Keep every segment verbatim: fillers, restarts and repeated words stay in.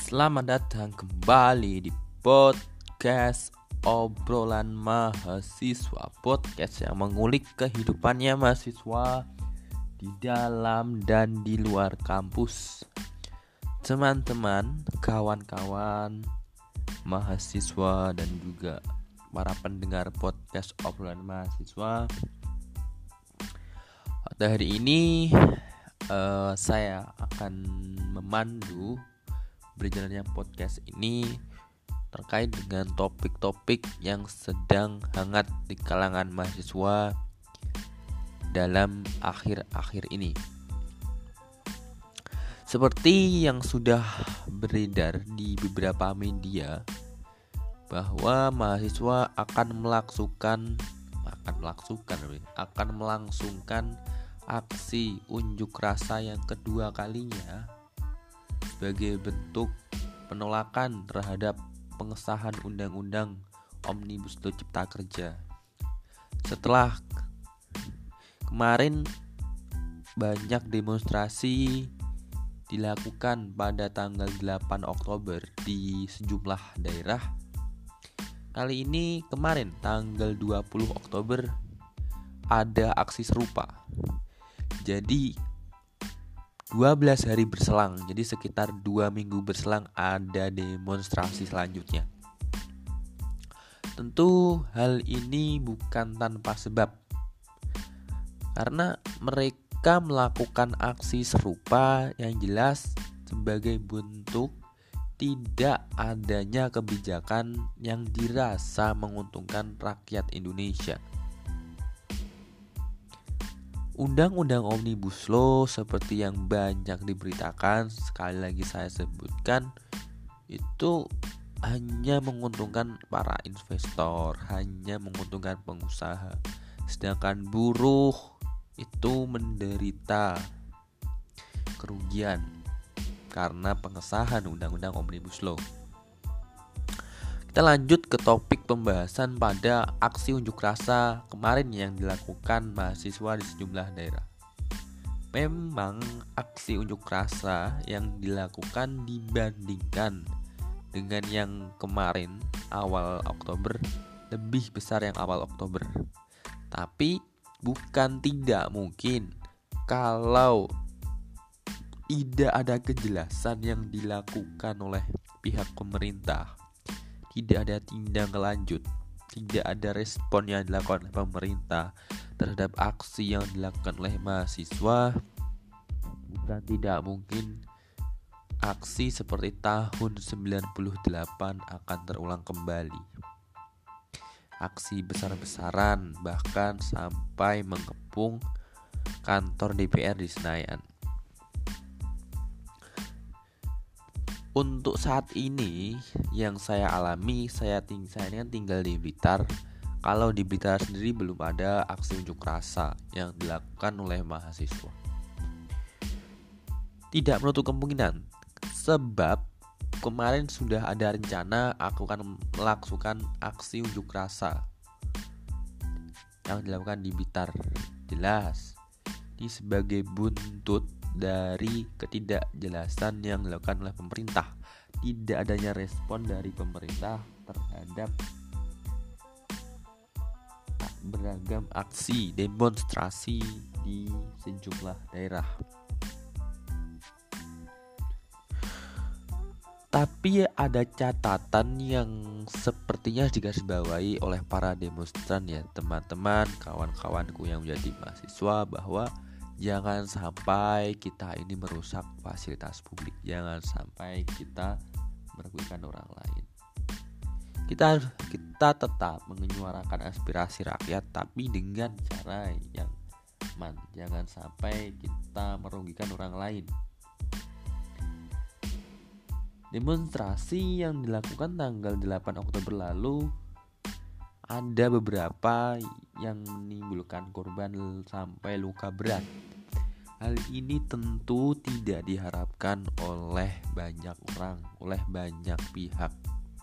Selamat datang kembali di podcast obrolan mahasiswa. Podcast yang mengulik kehidupannya mahasiswa di dalam dan di luar kampus. Teman-teman, kawan-kawan mahasiswa dan juga para pendengar podcast obrolan mahasiswa, pada hari ini uh, saya akan memandu berjalannya podcast ini terkait dengan topik-topik yang sedang hangat di kalangan mahasiswa dalam akhir-akhir ini. Seperti yang sudah beredar di beberapa media bahwa mahasiswa akan melangsungkan akan melangsungkan akan melangsungkan aksi unjuk rasa yang kedua kalinya sebagai bentuk penolakan terhadap pengesahan Undang-Undang Omnibus Law Cipta Kerja. Setelah kemarin banyak demonstrasi dilakukan pada tanggal delapan Oktober di sejumlah daerah, kali ini kemarin tanggal dua puluh Oktober ada aksi serupa. Jadi dua belas hari berselang, jadi sekitar dua minggu berselang ada demonstrasi selanjutnya. Tentu hal ini bukan tanpa sebab, karena mereka melakukan aksi serupa yang jelas sebagai bentuk tidak adanya kebijakan yang dirasa menguntungkan rakyat Indonesia. Undang-undang Omnibus Law seperti yang banyak diberitakan, sekali lagi saya sebutkan, itu hanya menguntungkan para investor, hanya menguntungkan pengusaha. Sedangkan buruh itu menderita kerugian karena pengesahan Undang-Undang Omnibus Law. Kita lanjut ke topik pembahasan pada aksi unjuk rasa kemarin yang dilakukan mahasiswa di sejumlah daerah. Memang aksi unjuk rasa yang dilakukan dibandingkan dengan yang kemarin awal Oktober lebih besar yang awal Oktober. Tapi bukan tidak mungkin kalau tidak ada kejelasan yang dilakukan oleh pihak pemerintah, tidak ada tindak lanjut, tidak ada respon yang dilakukan oleh pemerintah terhadap aksi yang dilakukan oleh mahasiswa, bukan tidak mungkin aksi seperti tahun sembilan puluh delapan akan terulang kembali. Aksi besar-besaran bahkan sampai mengepung kantor D P R di Senayan. Untuk saat ini yang saya alami, saya, ting- saya ini kan tinggal di Blitar. Kalau di Blitar sendiri belum ada aksi unjuk rasa yang dilakukan oleh mahasiswa. Tidak menutup kemungkinan, sebab kemarin sudah ada rencana aku akan melakukan aksi unjuk rasa yang dilakukan di Blitar. Jelas, ini sebagai buntut dari ketidakjelasan yang dilakukan oleh pemerintah, tidak adanya respon dari pemerintah terhadap beragam aksi demonstrasi di sejumlah daerah. Tapi ada catatan yang sepertinya digarisbawahi oleh para demonstran ya teman-teman, kawan-kawanku yang menjadi mahasiswa, bahwa jangan sampai kita ini merusak fasilitas publik, jangan sampai kita merugikan orang lain. Kita kita tetap menyuarakan aspirasi rakyat, tapi dengan cara yang aman. Jangan sampai kita merugikan orang lain. Demonstrasi yang dilakukan tanggal delapan Oktober lalu ada beberapa yang menimbulkan korban sampai luka berat. Hal ini tentu tidak diharapkan oleh banyak orang, oleh banyak pihak.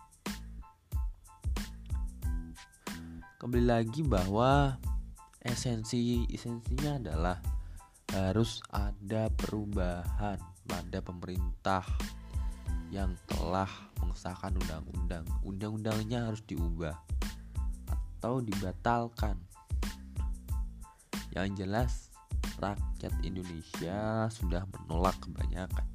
Kembali lagi bahwa esensi esensinya adalah harus ada perubahan pada pemerintah yang telah mengesahkan undang-undang. Undang-undangnya harus diubah atau dibatalkan. Yang jelas rakyat Indonesia sudah menolak kebanyakan.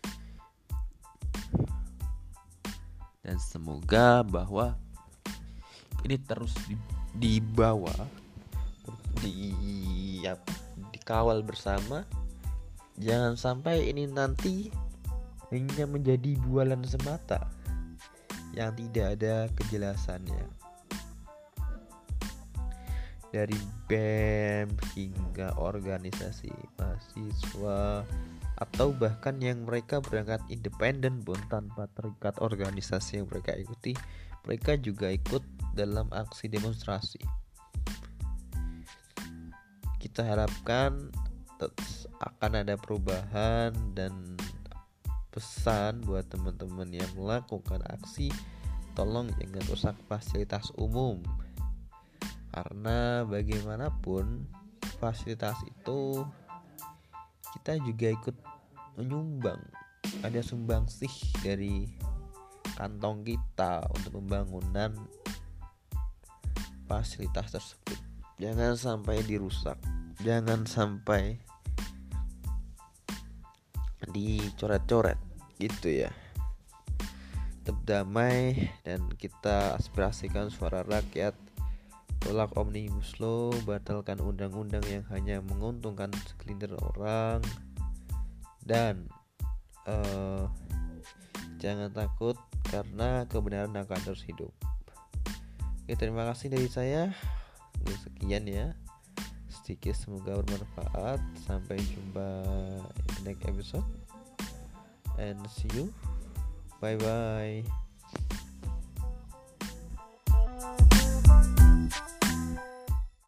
Dan semoga bahwa ini terus dibawa, di apa, dikawal bersama. Jangan sampai ini nanti hanya menjadi bualan semata yang tidak ada kejelasannya. Dari B E M hingga organisasi mahasiswa, atau bahkan yang mereka berangkat independen pun tanpa terikat organisasi yang mereka ikuti, mereka juga ikut dalam aksi demonstrasi. Kita harapkan akan ada perubahan, dan pesan buat teman-teman yang melakukan aksi, tolong jangan rusak fasilitas umum, karena bagaimanapun fasilitas itu kita juga ikut menyumbang, ada sumbangsih dari kantong kita untuk pembangunan fasilitas tersebut. Jangan sampai dirusak, jangan sampai dicoret-coret gitu ya. Tetap damai, dan kita aspirasikan suara rakyat. Tolak Omnibus Law, batalkan undang-undang yang hanya menguntungkan segelintir orang, dan uh, jangan takut karena kebenaran akan terus hidup. Oke, terima kasih dari saya. Sekian ya, sedikit, semoga bermanfaat. Sampai jumpa in the next episode, and see you, bye bye.